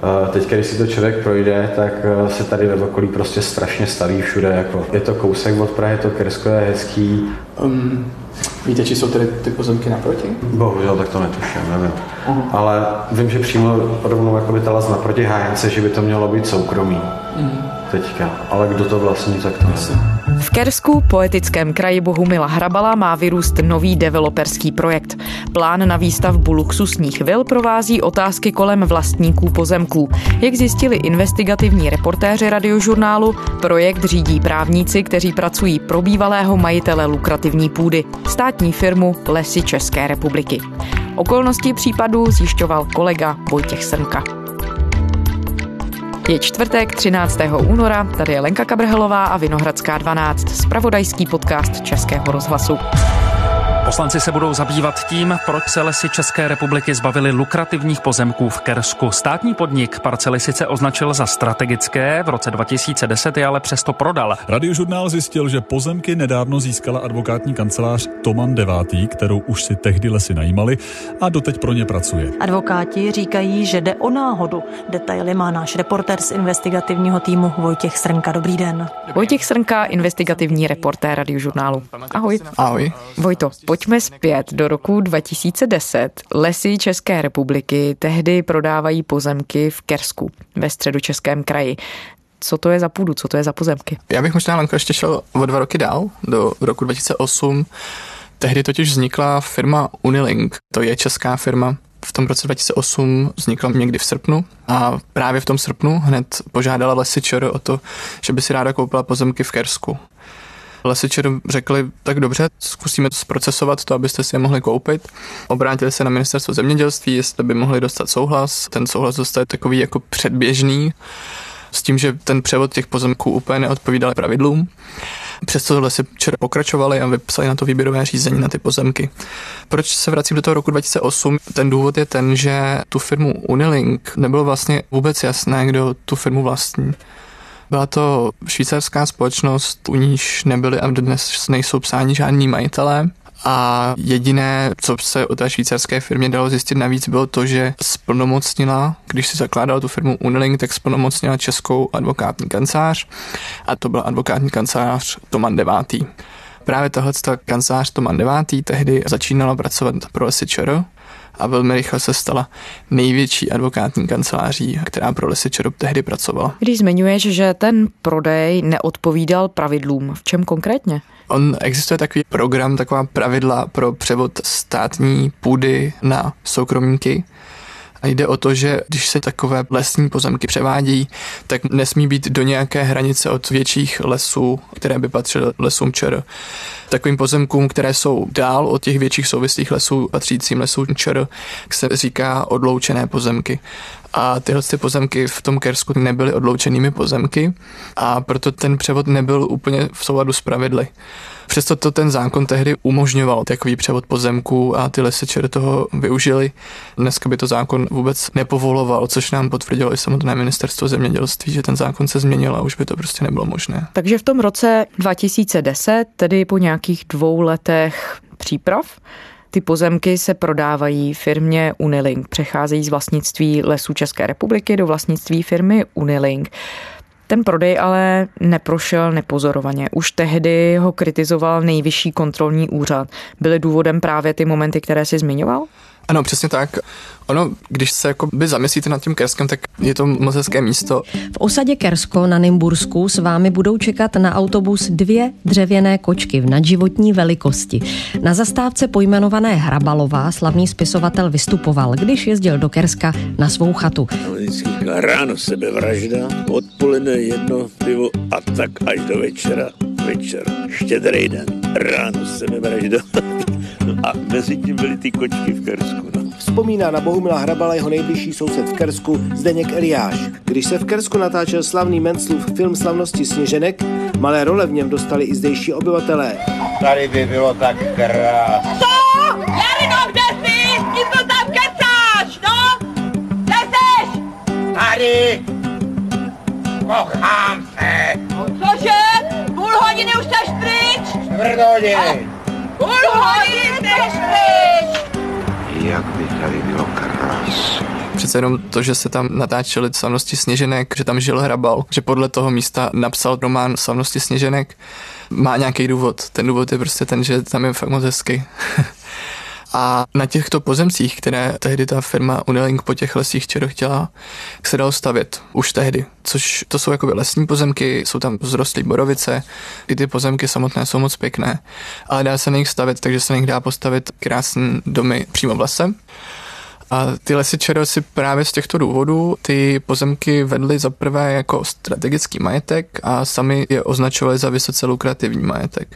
Teď, když si to člověk projde, tak se tady ve okolí prostě strašně staví všude. Jako. Je to kousek od Prahy, to Kersko je hezký. Víte, či jsou tady ty pozemky naproti? Bohužel, tak to netuším, nevím. Ale vím, že přímo rovnou jako by ta les naproti hájence, že by to mělo být soukromí. Teďka. Ale kdo to vlastní, tak to nevím. V Kersku, poetickém kraji Bohumila Hrabala, má vyrůst nový developerský projekt. Plán na výstavbu luxusních vil provází otázky kolem vlastníků pozemků. Jak zjistili investigativní reportéři Radiožurnálu, projekt řídí právníci, kteří pracují pro bývalého majitele lukrativní půdy, státní firmu Lesy České republiky. Okolnosti případu zjišťoval kolega Vojtěch Srnka. Je čtvrtek 13. února, tady je Lenka Kabrhelová a Vinohradská 12, zpravodajský podcast Českého rozhlasu. Poslanci se budou zabývat tím, proč se Lesy České republiky zbavily lukrativních pozemků v Kersku. Státní podnik parcely sice označil za strategické, v roce 2010 je ale přesto prodal. Radiožurnál zjistil, že pozemky nedávno získala advokátní kancelář Toman 9., kterou už si tehdy Lesy najímali a doteď pro ně pracuje. Advokáti říkají, že jde o náhodu. Detaily má náš reportér z investigativního týmu Vojtěch Srnka. Dobrý den. Vojtěch Srnka, investigativní reportér Radiožurnálu. Ahoj. Ahoj. Vojto, pojďme zpět do roku 2010. Lesy České republiky tehdy prodávají pozemky v Kersku, ve Středočeském kraji. Co to je za půdu, co to je za pozemky? Já bych možná, Lenko, ještě šel o 2 roky dál, do roku 2008. Tehdy totiž vznikla firma Unilink, to je česká firma. V tom roce 2008 vznikla někdy v srpnu a právě v tom srpnu hned požádala Lesy ČR o to, že by si ráda koupila pozemky v Kersku. Lesy ČR řekli, tak dobře, zkusíme zprocesovat to, abyste si je mohli koupit. Obrátili se na ministerstvo zemědělství, jestli by mohli dostat souhlas. Ten souhlas dostal takový jako předběžný, s tím, že ten převod těch pozemků úplně neodpovídal pravidlům. Přesto Lesy ČR pokračovali a vypsali na to výběrové řízení na ty pozemky. Proč se vracím do toho roku 2008? Ten důvod je ten, že tu firmu Unilink nebylo vlastně vůbec jasné, kdo tu firmu vlastní. Byla to švýcarská společnost, u níž nebyli a dnes nejsou psáni žádní majitelé. A jediné, co se o té švýcarské firmě dalo zjistit navíc, bylo to, že splnomocnila, když si zakládala tu firmu Unilink, tak splnomocnila českou advokátní kancelář a to byla advokátní kancelář Toman 9. Právě tahleta kancelář Toman 9. tehdy začínala pracovat pro Lesy ČR a velmi rychle se stala největší advokátní kanceláří, která pro Lesy ČR tehdy pracovala. Když zmiňuješ, že ten prodej neodpovídal pravidlům, v čem konkrétně? Existuje takový program, taková pravidla pro převod státní půdy na soukromníky. A jde o to, že když se takové lesní pozemky převádějí, tak nesmí být do nějaké hranice od větších lesů, které by patřily lesům ČR. Takovým pozemkům, které jsou dál od těch větších souvislých lesů patřícím lesům ČR, se říká odloučené pozemky. A tyhle pozemky v tom Kersku nebyly odloučenými pozemky a proto ten převod nebyl úplně v souladu s pravidly. Přesto to ten zákon tehdy umožňoval takový převod pozemků a ty Lesy ČR toho využili. Dneska by to zákon vůbec nepovoloval, což nám potvrdilo i samotné ministerstvo zemědělství, že ten zákon se změnil a už by to prostě nebylo možné. Takže v tom roce 2010, tedy po nějakých 2 letech příprav, ty pozemky se prodávají firmě Unilink, přecházejí z vlastnictví Lesů České republiky do vlastnictví firmy Unilink. Ten prodej ale neprošel nepozorovaně. Už tehdy ho kritizoval Nejvyšší kontrolní úřad. Byly důvodem právě ty momenty, které jsi zmiňoval? Ano, přesně tak. Ono, když se zamyslíte nad tím Kerskem, tak je to moc hezké místo. V osadě Kersko na Nymbursku s vámi budou čekat na autobus 2 dřevěné kočky v nadživotní velikosti. Na zastávce pojmenované Hrabalová slavný spisovatel vystupoval, když jezdil do Kerska na svou chatu. Vždycky ráno sebevražda, odpoledne jedno pivo a tak až do večera. Večer, štědrý den, ráno sebevražda. A mezi tím byly ty kočky v Kersku. No. Vzpomíná na Bohumila Hrabala jeho nejbližší soused v Kersku Zdeněk Eliáš. Když se v Kersku natáčel slavný Menclův film Slavnosti sněženek, malé role v něm dostali i zdejší obyvatelé. Tady by bylo tak krásné. Co? Jarino, kde jsi? Kým to tam kecáš, no? Kde jsi? Tady! Kochám se! No cože? 0,5 hodiny už jsi pryč? 4 hodiny! 0,5 hodiny jsi pryč! Jak by tady bylo krásně. Přece jenom to, že se tam natáčely Slavnosti sněženek, že tam žil Hrabal, že podle toho místa napsal román Slavnosti sněženek, má nějaký důvod. Ten důvod je prostě ten, že tam je fakt moc hezky. A na těchto pozemcích, které tehdy ta firma Unilink po těch lesích chtěla, se dalo stavět už tehdy. Což to jsou jakoby lesní pozemky, jsou tam vzrostlé borovice, i ty pozemky samotné jsou moc pěkné, ale dá se na nich stavět, takže se na nich dá postavit krásné domy přímo v lese. A ty Lesy ČR si právě z těchto důvodů ty pozemky vedly zaprvé jako strategický majetek a sami je označovali za vysoce lukrativní majetek.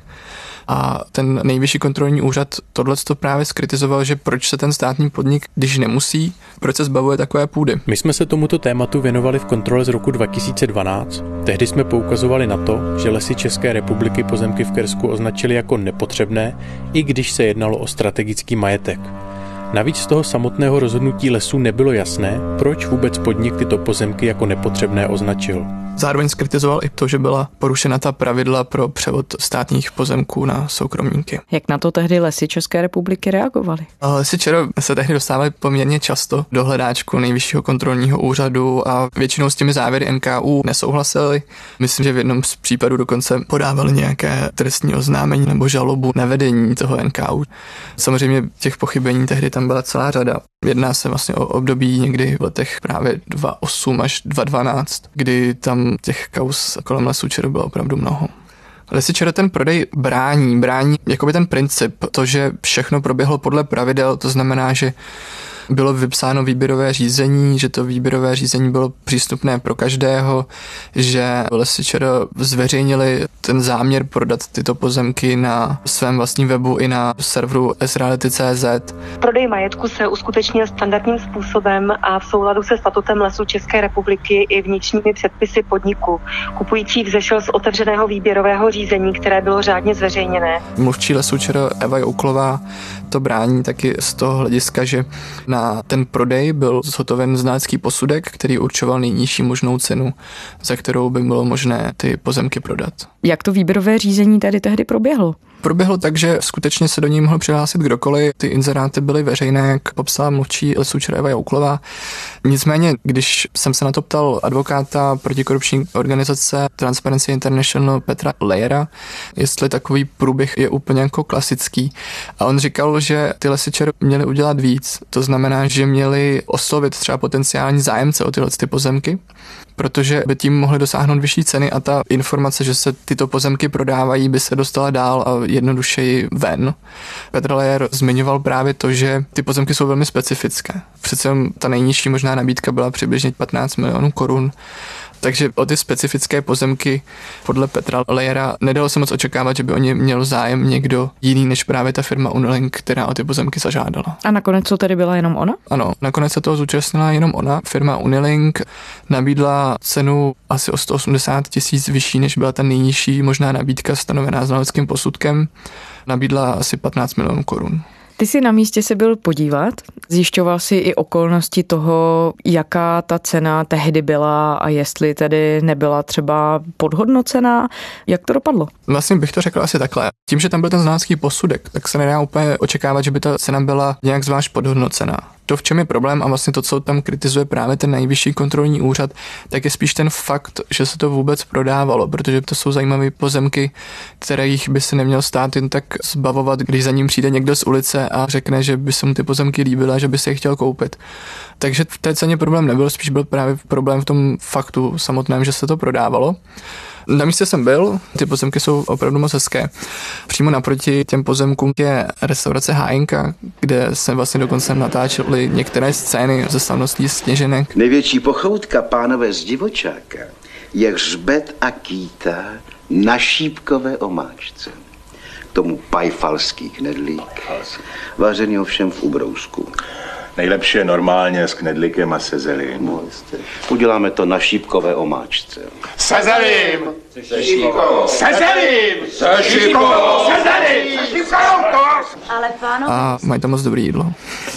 A ten nejvyšší kontrolní úřad tohleto právě zkritizoval, že proč se ten státní podnik, když nemusí, proč se zbavuje takové půdy. My jsme se tomuto tématu věnovali v kontrole z roku 2012. Tehdy jsme poukazovali na to, že Lesy České republiky pozemky v Kersku označili jako nepotřebné, i když se jednalo o strategický majetek. Navíc z toho samotného rozhodnutí lesů nebylo jasné, proč vůbec podnik tyto pozemky jako nepotřebné označil. Zároveň zkritizoval i to, že byla porušena ta pravidla pro převod státních pozemků na soukromníky. Jak na to tehdy Lesy České republiky reagovaly? Lesy ČR se tehdy dostávaly poměrně často do hledáčku Nejvyššího kontrolního úřadu a většinou s těmi závěry NKÚ nesouhlasili. Myslím, že v jednom z případů dokonce podávali nějaké trestní oznámení nebo žalobu na vedení toho NKÚ. Samozřejmě těch pochybení tehdy tam byla celá řada. Jedná se vlastně o období někdy v letech právě 2008 až 2012, kdy tam těch kauz kolem Lesů ČR bylo opravdu mnoho. Lesy ČR ten prodej brání jakoby ten princip, to, že všechno proběhlo podle pravidel, to znamená, že bylo vypsáno výběrové řízení, že to výběrové řízení bylo přístupné pro každého, že Lesy ČR zveřejnili ten záměr prodat tyto pozemky na svém vlastním webu i na serveru sreality.cz. Prodej majetku se uskutečnil standardním způsobem a v souladu se statutem Lesů České republiky i vnitřními předpisy podniku. Kupující vzešel z otevřeného výběrového řízení, které bylo řádně zveřejněné. Mluvčí Lesů ČR Eva Jouklová to brání taky z toho hlediska, že na ten prodej byl zhotoven znalecký posudek, který určoval nejnižší možnou cenu, za kterou by bylo možné ty pozemky prodat. Jak to výběrové řízení tady tehdy proběhlo? Proběhlo tak, že skutečně se do něj mohl přihlásit kdokoliv. Ty inzeráty byly veřejné, jak popsala mluvčí Lesů ČR Eva Jouklová. Nicméně, když jsem se na to ptal advokáta protikorupční organizace Transparency International Petra Lejera, jestli takový průběh je úplně jako klasický. A on říkal, že ty Lesy ČR měly udělat víc. To znamená, že měli oslovit třeba potenciální zájemce o tyhle pozemky, protože by tím mohli dosáhnout vyšší ceny a ta informace, že se tyto pozemky prodávají, by se dostala dál a jednodušeji ven. Petr Lejer zmiňoval právě to, že ty pozemky jsou velmi specifické. Přece ta nejnižší možná nabídka byla přibližně 15 milionů korun. Takže o ty specifické pozemky podle Petra Lejera nedalo se moc očekávat, že by o ně měl zájem někdo jiný než právě ta firma Unilink, která o ty pozemky zažádala. A nakonec to tedy byla jenom ona? Ano, nakonec se toho zúčastnila jenom ona. Firma Unilink nabídla cenu asi o 180 000 vyšší, než byla ta nejnižší možná nabídka stanovená znaleckým posudkem. Nabídla asi 15 milionů korun. Ty jsi na místě se byl podívat, zjišťoval si i okolnosti toho, jaká ta cena tehdy byla a jestli tedy nebyla třeba podhodnocená. Jak to dopadlo? Vlastně bych to řekl asi takhle. Tím, že tam byl ten znalecký posudek, tak se nedá úplně očekávat, že by ta cena byla nějak zvlášť podhodnocená. To, v čem je problém a vlastně to, co tam kritizuje právě ten Nejvyšší kontrolní úřad, tak je spíš ten fakt, že se to vůbec prodávalo, protože to jsou zajímavé pozemky, kterých by se neměl stát jen tak zbavovat, když za ním přijde někdo z ulice a řekne, že by se mu ty pozemky líbily a že by se je chtěl koupit. Takže v té ceně problém nebyl, spíš byl právě problém v tom faktu samotném, že se to prodávalo. Na místě jsem byl, ty pozemky jsou opravdu moc hezké. Přímo naproti těm pozemkům je restaurace Hájinka, kde se vlastně dokonce natáčely některé scény ze Slavností sněženek. Největší pochoutka, pánové, z divočáka je hřbet a kýta na šípkové omáčce. K tomu pajfalský knedlík, vařený ovšem v ubrousku. Nejlepší je normálně s knedlíkem a se zelím. Uděláme to na šípkové omáčce. Se zelím! Se šípkovou! Se zelím! Se šípkovou! Se zelím! Se šípkovou! Ale pánové... A mají tam moc dobré jídlo.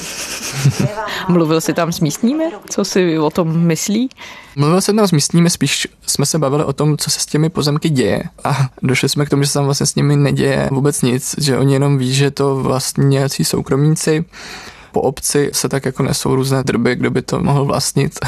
Mluvil jsi tam s místními? Co si o tom myslí? Mluvil jsem tam s místními, spíš jsme se bavili o tom, co se s těmi pozemky děje. A došli jsme k tomu, že se tam vlastně s nimi neděje vůbec nic, že oni jenom ví, že to vlastně nějací soukromníci Po obci se tak jako nesou různé drby, kdo by to mohl vlastnit.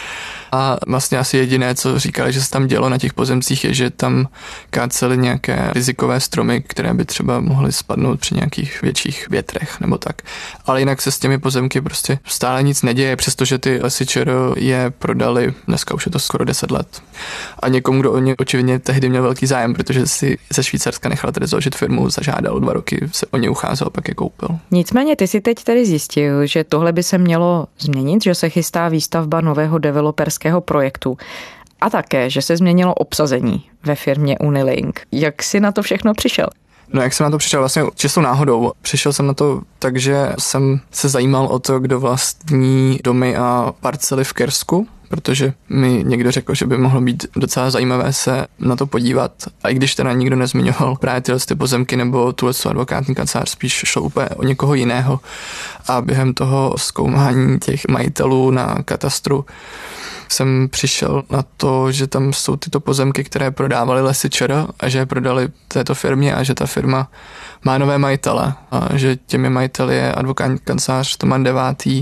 A vlastně asi jediné, co říkali, že se tam dělo na těch pozemcích, je, že tam káceli nějaké rizikové stromy, které by třeba mohly spadnout při nějakých větších větrech nebo tak. Ale jinak se s těmi pozemky prostě stále nic neděje, přestože ty Lesy ČR je prodali, dneska už je to skoro 10 let. A někomu, kdo o ně očividně tehdy měl velký zájem, protože si ze Švýcarska nechal tedy založit firmu, zažádal 2 roky, se o ně ucházel, pak je koupil. Nicméně ty si teď tedy zjistil, že tohle by se mělo změnit, že se chystá výstavba nového developerského projektu a také, že se změnilo obsazení ve firmě Unilink. Jak jsi na to všechno přišel? No jak jsem na to přišel? Vlastně čistou náhodou. Přišel jsem na to tak, že jsem se zajímal o to, kdo vlastní domy a parcely v Kersku, protože mi někdo řekl, že by mohlo být docela zajímavé se na to podívat. A i když teda nikdo nezmiňoval právě tyhle pozemky nebo tuhle advokátní kancelář, spíš šlo úplně o někoho jiného. A během toho zkoumání těch majitelů na katastru jsem přišel na to, že tam jsou tyto pozemky, které prodávaly Lesy ČR a že je prodali této firmě a že ta firma má nové majitele a že těmi majiteli je advokátní kancelář Toman 9.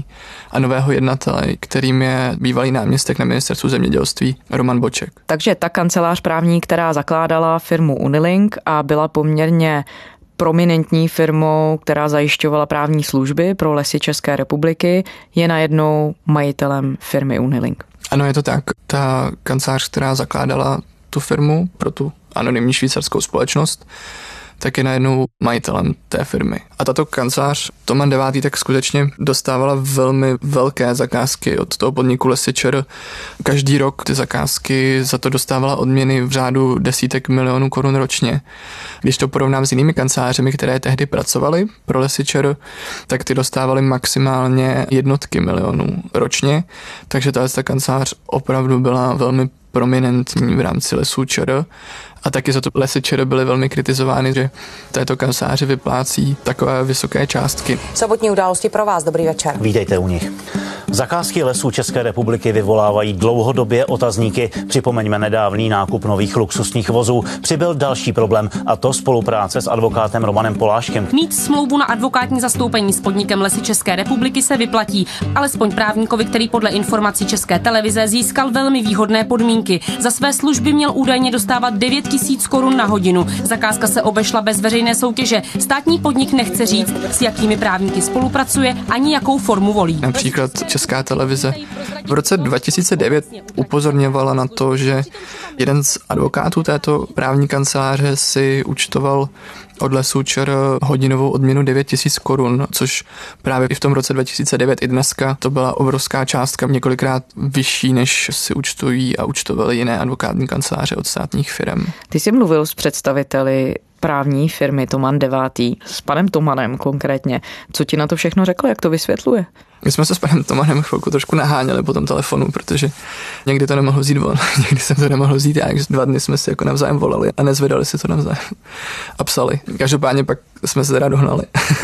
a nového jednatele, kterým je bývalý náměstek na ministerstvu zemědělství Roman Boček. Takže ta kancelář právní, která zakládala firmu Unilink a byla poměrně prominentní firmou, která zajišťovala právní služby pro Lesy České republiky, je najednou majitelem firmy Unilink. Ano, je to tak. Ta kancelář, která zakládala tu firmu pro tu anonymní švýcarskou společnost, tak je najednou majitelem té firmy. A tato kancelář Toman 9. tak skutečně dostávala velmi velké zakázky od toho podniku Lesy ČR. Každý rok ty zakázky za to dostávala odměny v řádu desítek milionů korun ročně. Když to porovnám s jinými kancelářemi, které tehdy pracovaly pro Lesy ČR, tak ty dostávaly maximálně jednotky milionů ročně. Takže ta kancelář opravdu byla velmi prominentní v rámci Lesů ČR. A taky za to Lesy ČR byly velmi kritizovány, že této kanceláři vyplácí takové vysoké částky. Sobotní události pro vás, dobrý večer. Vítejte u nich. Zakázky Lesů České republiky vyvolávají dlouhodobě otazníky. Připomeňme nedávný nákup nových luxusních vozů. Přibyl další problém, a to spolupráce s advokátem Romanem Poláškem. Mít smlouvu na advokátní zastoupení s podnikem Lesy České republiky se vyplatí, alespoň právníkovi, který podle informací České televize získal velmi výhodné podmínky. Za své služby měl údajně dostávat 9 000 korun na hodinu. Zakázka se obešla bez veřejné soutěže. Státní podnik nechce říct, s jakými právníky spolupracuje, ani jakou formu volí. Například Česká televize v roce 2009 upozorňovala na to, že jeden z advokátů této právní kanceláře si účtoval od Lesů ČR hodinovou odměnu 9 000 korun, což právě i v tom roce 2009 i dneska to byla obrovská částka, několikrát vyšší, než si účtují a účtovaly jiné advokátní kanceláře od státních firem. Ty jsi mluvil s představiteli právní firmy Toman 9, s panem Tomanem konkrétně. Co ti na to všechno řekl, jak to vysvětluje? My jsme se s panem Tomanem chvilku trošku naháněli po tom telefonu, protože někdy to nemohl vzít on, někdy jsem to nemohl vzít já, takže 2 dny jsme si jako navzájem volali a nezvedali si to navzájem a psali. Každopádně pak jsme se teda dohnali.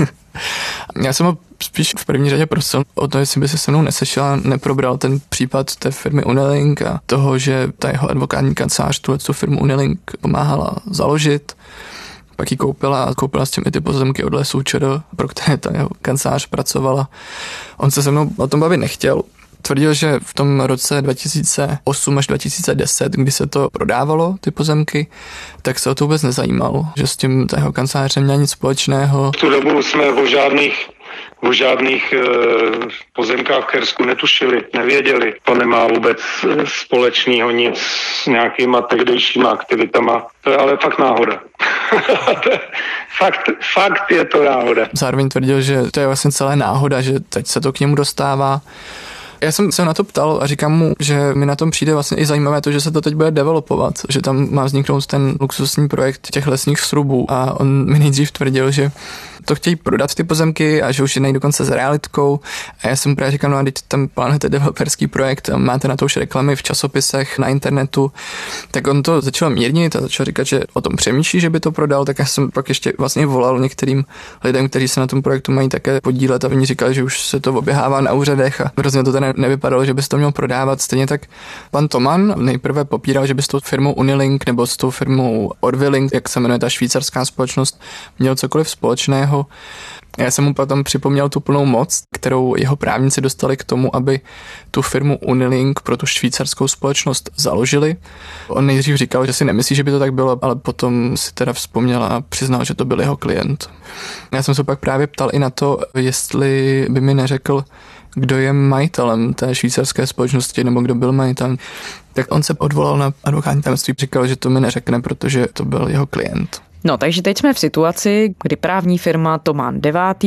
Já jsem ho spíš v první řadě prosil o to, jestli by se mnou nesešel a neprobral ten případ té firmy Unilink a toho, že ta jeho advokátní kancelář tu firmu Unilink pomáhala založit. Pak ji koupila s těmi ty pozemky od Lesů ČR, pro které ta jeho kancelář pracovala. On se se mnou o tom bavit nechtěl. Tvrdil, že v tom roce 2008 až 2010, kdy se to prodávalo, ty pozemky, tak se o to vůbec nezajímal, že s tím ta jeho kancelář neměla nic společného. V tu dobu jsme o žádných pozemkách v Kersku netušili, nevěděli. To nemá vůbec společného nic s nějakýma tehdejšíma aktivitama. To je ale fakt náhoda. fakt je to náhoda. Zároveň tvrdil, že to je vlastně celé náhoda, že teď se to k němu dostává. Já jsem se na to ptal a říkám mu, že mi na tom přijde vlastně i zajímavé to, že se to teď bude developovat, že tam má vzniknout ten luxusní projekt těch lesních srubů a on mi nejdřív tvrdil, že to chtějí prodat ty pozemky a že už jednají dokonce s realitkou a já jsem mu právě říkal, no a teď tam plánujete developerský projekt a máte na to už reklamy v časopisech, na internetu, tak on to začal mírnit a začal říkat, že o tom přemýšlí, že by to prodal, tak já jsem pak ještě vlastně volal některým lidem, kteří se na tom projektu mají také podílet a oni říkali, že už se to oběhává na úřadech a hrozně to teda nevypadalo, že by se to měl prodávat. Stejně tak pan Toman nejprve popíral, že by s tou firmou Unilink nebo s tou firmou Orvilink, jak se jmenuje ta švýcarská společnost, měl cokoliv společného. Švýcarského. Já jsem mu potom připomněl tu plnou moc, kterou jeho právníci dostali k tomu, aby tu firmu Unilink pro tu švýcarskou společnost založili. On nejdřív říkal, že si nemyslí, že by to tak bylo, ale potom si teda vzpomněl a přiznal, že to byl jeho klient. Já jsem se pak právě ptal i na to, jestli by mi neřekl, kdo je majitelem té švýcarské společnosti nebo kdo byl majitelem. Tak on se odvolal na advokátní tajemství, říkal, že to mi neřekne, protože to byl jeho klient. No, takže teď jsme v situaci, kdy právní firma Toman 9.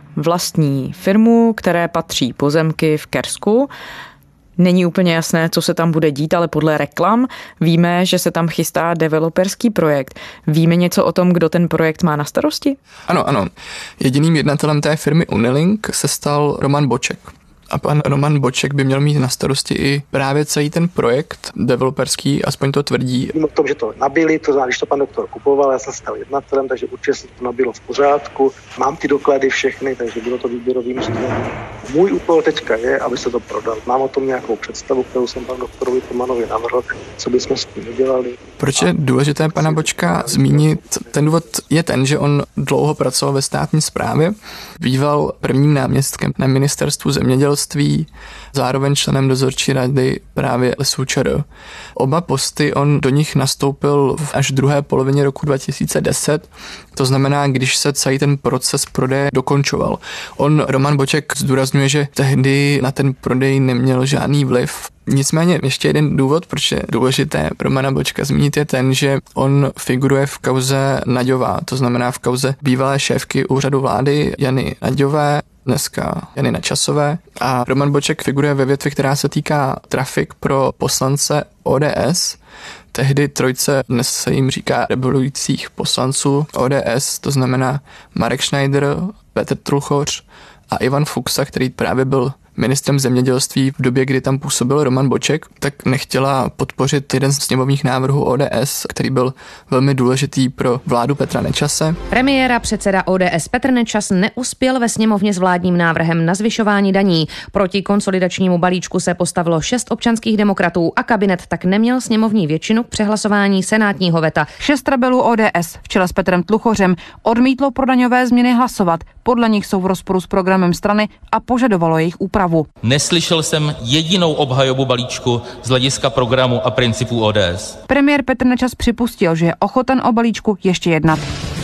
vlastní firmu, které patří pozemky v Kersku. Není úplně jasné, co se tam bude dít, ale podle reklam víme, že se tam chystá developerský projekt. Víme něco o tom, kdo ten projekt má na starosti? Ano. Jediným jednatelem té firmy Unilink se stal Roman Boček. A pan Roman Boček by měl mít na starosti i právě celý ten projekt developerský, aspoň to tvrdí. Vím o tom, že to nabili, to znamená, když to pan doktor kupoval, já jsem stal jednatelem, takže určitě se to nabilo v pořádku. Mám ty doklady všechny, takže bylo to výběrovým řízením. Můj úkol teďka je, aby se to prodal. Mám o tom nějakou představu, kterou jsem panu doktorovi Tomanovi navrhl, co bychom s tím udělali. Proč je důležité pana Bočka zmínit? Ten důvod je ten, že on dlouho pracoval ve státní správě, býval prvním náměstkem na ministerstvu zemědělství, zároveň členem dozorčí rady právě Lesů ČR. Oba posty on do nich nastoupil v až druhé polovině roku 2010, to znamená, když se celý ten proces prodeje dokončoval. Roman Boček zdůrazňuje, že tehdy na ten prodej neměl žádný vliv. Nicméně ještě jeden důvod, proč je důležité Romana Bočka zmínit, je ten, že on figuruje v kauze Naďová, to znamená v kauze bývalé šéfky úřadu vlády Jany Naďové, dneska Jany Načasové. A Roman Boček figuruje ve větvi, která se týká trafik pro poslance ODS. Tehdy trojce, dnes se jim říká rebelujících poslanců ODS, to znamená Marek Schneider, Petr Tluchoř a Ivan Fuchsa, který právě byl ministrem zemědělství v době, kdy tam působil Roman Boček, tak nechtěla podpořit jeden z sněmovních návrhů ODS, který byl velmi důležitý pro vládu Petra Nečase. Premiér a předseda ODS Petr Nečas neuspěl ve sněmovně s vládním návrhem na zvyšování daní. Proti konsolidačnímu balíčku se postavilo 6 občanských demokratů a kabinet tak neměl sněmovní většinu k přehlasování senátního veta. 6 rebelů ODS v čele s Petrem Tluchořem odmítlo pro daňové změny hlasovat. Podle nich jsou v rozporu s programem strany a požadovalo jejich úpravu. Neslyšel jsem jedinou obhajobu balíčku z hlediska programu a principů ODS. Premiér Petr Nečas připustil, že je ochoten o balíčku ještě jednat.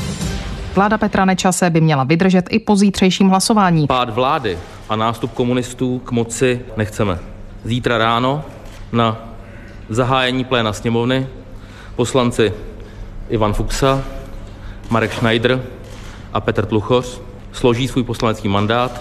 Vláda Petra Nečase by měla vydržet i po zítřejším hlasování. Pád vlády a nástup komunistů k moci nechceme. Zítra ráno na zahájení pléna sněmovny poslanci Ivan Fuchsa, Marek Schneider a Petr Tluchoř složí svůj poslanecký mandát,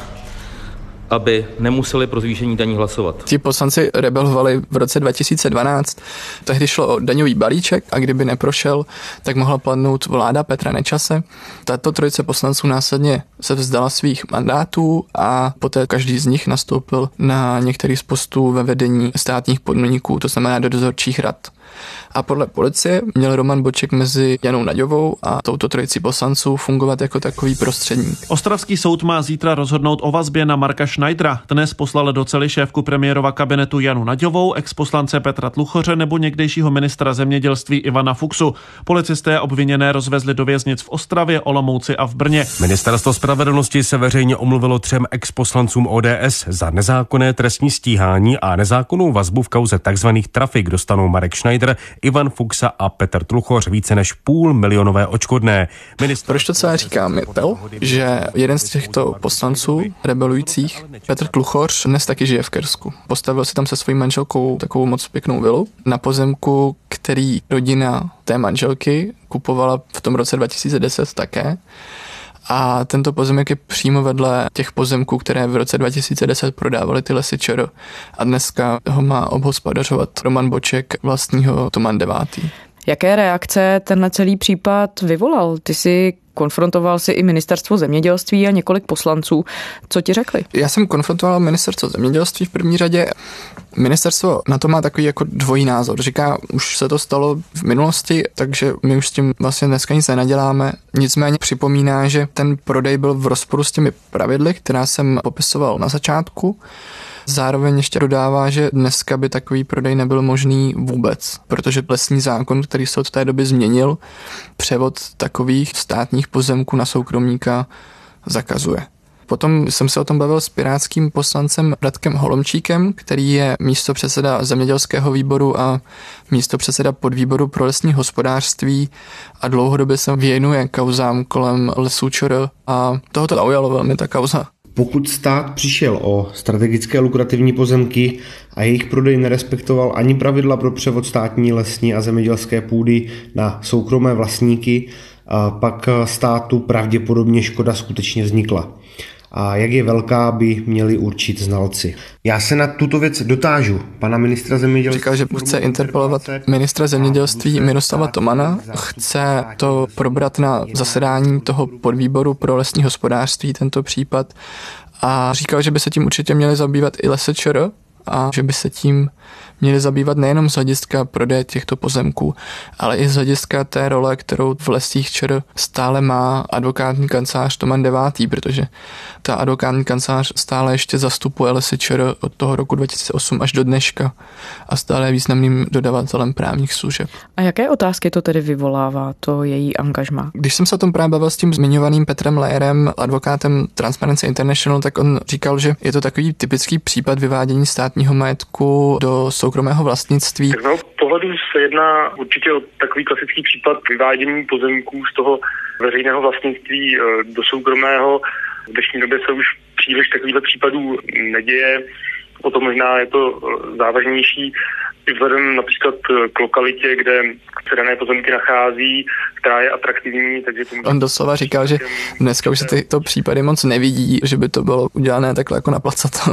aby nemuseli pro zvýšení daní hlasovat. Ti poslanci rebelovali v roce 2012. Tehdy šlo o daňový balíček a kdyby neprošel, tak mohla padnout vláda Petra Nečase. Tato trojice poslanců následně se vzdala svých mandátů a poté každý z nich nastoupil na některý z postů ve vedení státních podniků, to znamená do dozorčích rad. A podle policie měl Roman Boček mezi Janou Naďovou a touto trojicí poslanců fungovat jako takový prostředník. Ostravský soud má zítra rozhodnout o vazbě na Marka Schneidera. Dnes poslal do cely šéfku premiérova kabinetu Janu Naďovou, exposlance Petra Tluchoře nebo někdejšího ministra zemědělství Ivana Fuchsu. Policisté obviněné rozvezli do věznic v Ostravě, Olomouci a v Brně. Ministerstvo spravedlnosti se veřejně omluvilo 3 exposlancům ODS za nezákonné trestní stíhání a nezákonnou vazbu v kauze tzv. Trafik dostanou Marek Schneider, Ivan Fuchsa a Petr Tluchoř více než $500 000 odškodné. Proč to celé říkám? Je to, že jeden z těchto poslanců rebelujících, Petr Tluchoř, dnes taky žije v Kersku. Postavil si tam se svojí manželkou takovou moc pěknou vilu na pozemku, který rodina té manželky kupovala v tom roce 2010 také. A tento pozemek je přímo vedle těch pozemků, které v roce 2010 prodávaly ty Lesy ČR. A dneska ho má obhospodařovat Roman Boček vlastního Toman 9. Jaké reakce tenhle celý případ vyvolal? Ty jsi konfrontoval si i ministerstvo zemědělství a několik poslanců. Co ti řekli? Já jsem konfrontoval ministerstvo zemědělství v první řadě. Ministerstvo na to má takový jako dvojí názor. Říká, už se to stalo v minulosti, takže my už s tím vlastně dneska nic nenaděláme. Nicméně připomíná, že ten prodej byl v rozporu s těmi pravidly, která jsem popisoval na začátku. Zároveň ještě dodává, že dneska by takový prodej nebyl možný vůbec, protože lesní zákon, který se od té doby změnil, převod takových státních pozemků na soukromníka zakazuje. Potom jsem se o tom bavil s pirátským poslancem Radkem Holomčíkem, který je místopředseda zemědělského výboru a místopředseda podvýboru pro lesní hospodářství a dlouhodobě se věnuje kauzám kolem lesů ČR a toho to zaujalo velmi ta kauza. Pokud stát přišel o strategické lukrativní pozemky a jejich prodej nerespektoval ani pravidla pro převod státní lesní a zemědělské půdy na soukromé vlastníky, pak státu pravděpodobně škoda skutečně vznikla. A jak je velká, by měli určit znalci. Já se na tuto věc dotážu pana ministra zemědělství. Říkal, že chce interpelovat ministra zemědělství Miroslava Tomana, chce to probrat na zasedání toho podvýboru pro lesní hospodářství, tento případ, a říkal, že by se tím určitě měli zabývat i Lesy ČR a že by se tím měli zabývat nejenom z hlediska prodeje těchto pozemků, ale i z hlediska té role, kterou v lesích ČR stále má advokátní kancelář Toman 9., protože ta advokátní kancelář stále ještě zastupuje Lesy ČR od toho roku 2008 až do dneška a stále je významným dodavatelem právních služeb. A jaké otázky to tedy vyvolává, to její angažmá? Když jsem se o tom právě bavil s tím zmiňovaným Petrem Lejerem, advokátem Transparency International, tak on říkal, že je to takový typický případ vyvádění státního majetku do soukromého vlastnictví. Tak z mého pohledu se jedná určitě o takový klasický případ vyvádění pozemků z toho veřejného vlastnictví do soukromého. V dnešní době se už příliš takovýchto případů neděje, o to možná je to závažnější i vzhledem například k lokalitě, kde se dané pozemky nachází, která je atraktivní. Takže on doslova říkal, že dneska už se tyto případy moc nevidí, že by to bylo udělané takhle jako naplacato.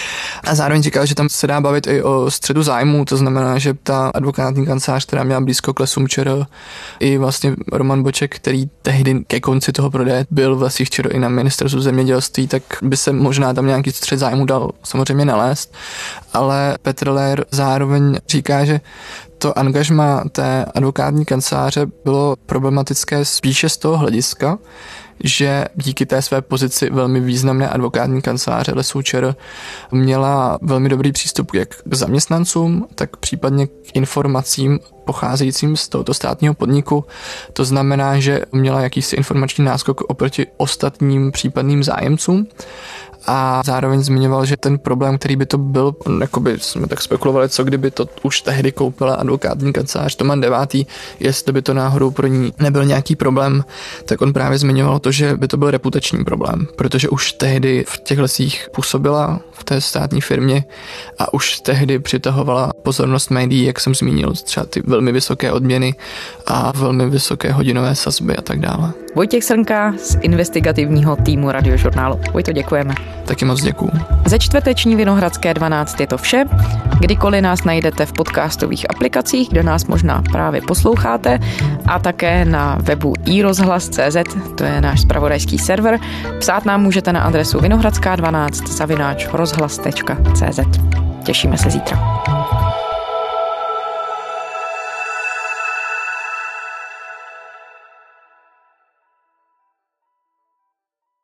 A zároveň říkal, že tam se dá bavit i o střetu zájmu, to znamená, že ta advokátní kancelář, která měla blízko k lesům ČR, i vlastně Roman Boček, který tehdy ke konci toho prodeje byl v lesích ČR i na ministerstvu zemědělství, tak by se možná tam nějaký střet zájmu dal samozřejmě nalézt, ale Petr Lejer zároveň říká, že to angažmá té advokátní kanceláře bylo problematické spíše z toho hlediska, že díky té své pozici velmi významné advokátní kanceláře Lesů ČR měla velmi dobrý přístup jak k zaměstnancům, tak případně k informacím pocházejícím z tohoto státního podniku. To znamená, že měla jakýsi informační náskok oproti ostatním případným zájemcům. A zároveň zmiňoval, že ten problém, který by to byl, jakoby jsme tak spekulovali, co kdyby to už tehdy koupila advokátní kancelář Toman 9., jestli by to náhodou pro ní nebyl nějaký problém, tak on právě zmiňoval to, že by to byl reputační problém, protože už tehdy v těch lesích působila v té státní firmě a už tehdy přitahovala pozornost médií, jak jsem zmínil, třeba ty velmi vysoké odměny a velmi vysoké hodinové sazby a tak dále. Vojtěch Srnka z investigativního týmu Radiožurnálu. Vojto, děkujeme. Taky moc děkuju. Ze čtvrteční Vinohradské 12 je to vše. Kdykoliv nás najdete v podcastových aplikacích, kde nás možná právě posloucháte, a také na webu iRozhlas.cz, to je náš zpravodajský server. Psát nám můžete na adresu vinohradská12@rozhlas.cz. Těšíme se zítra.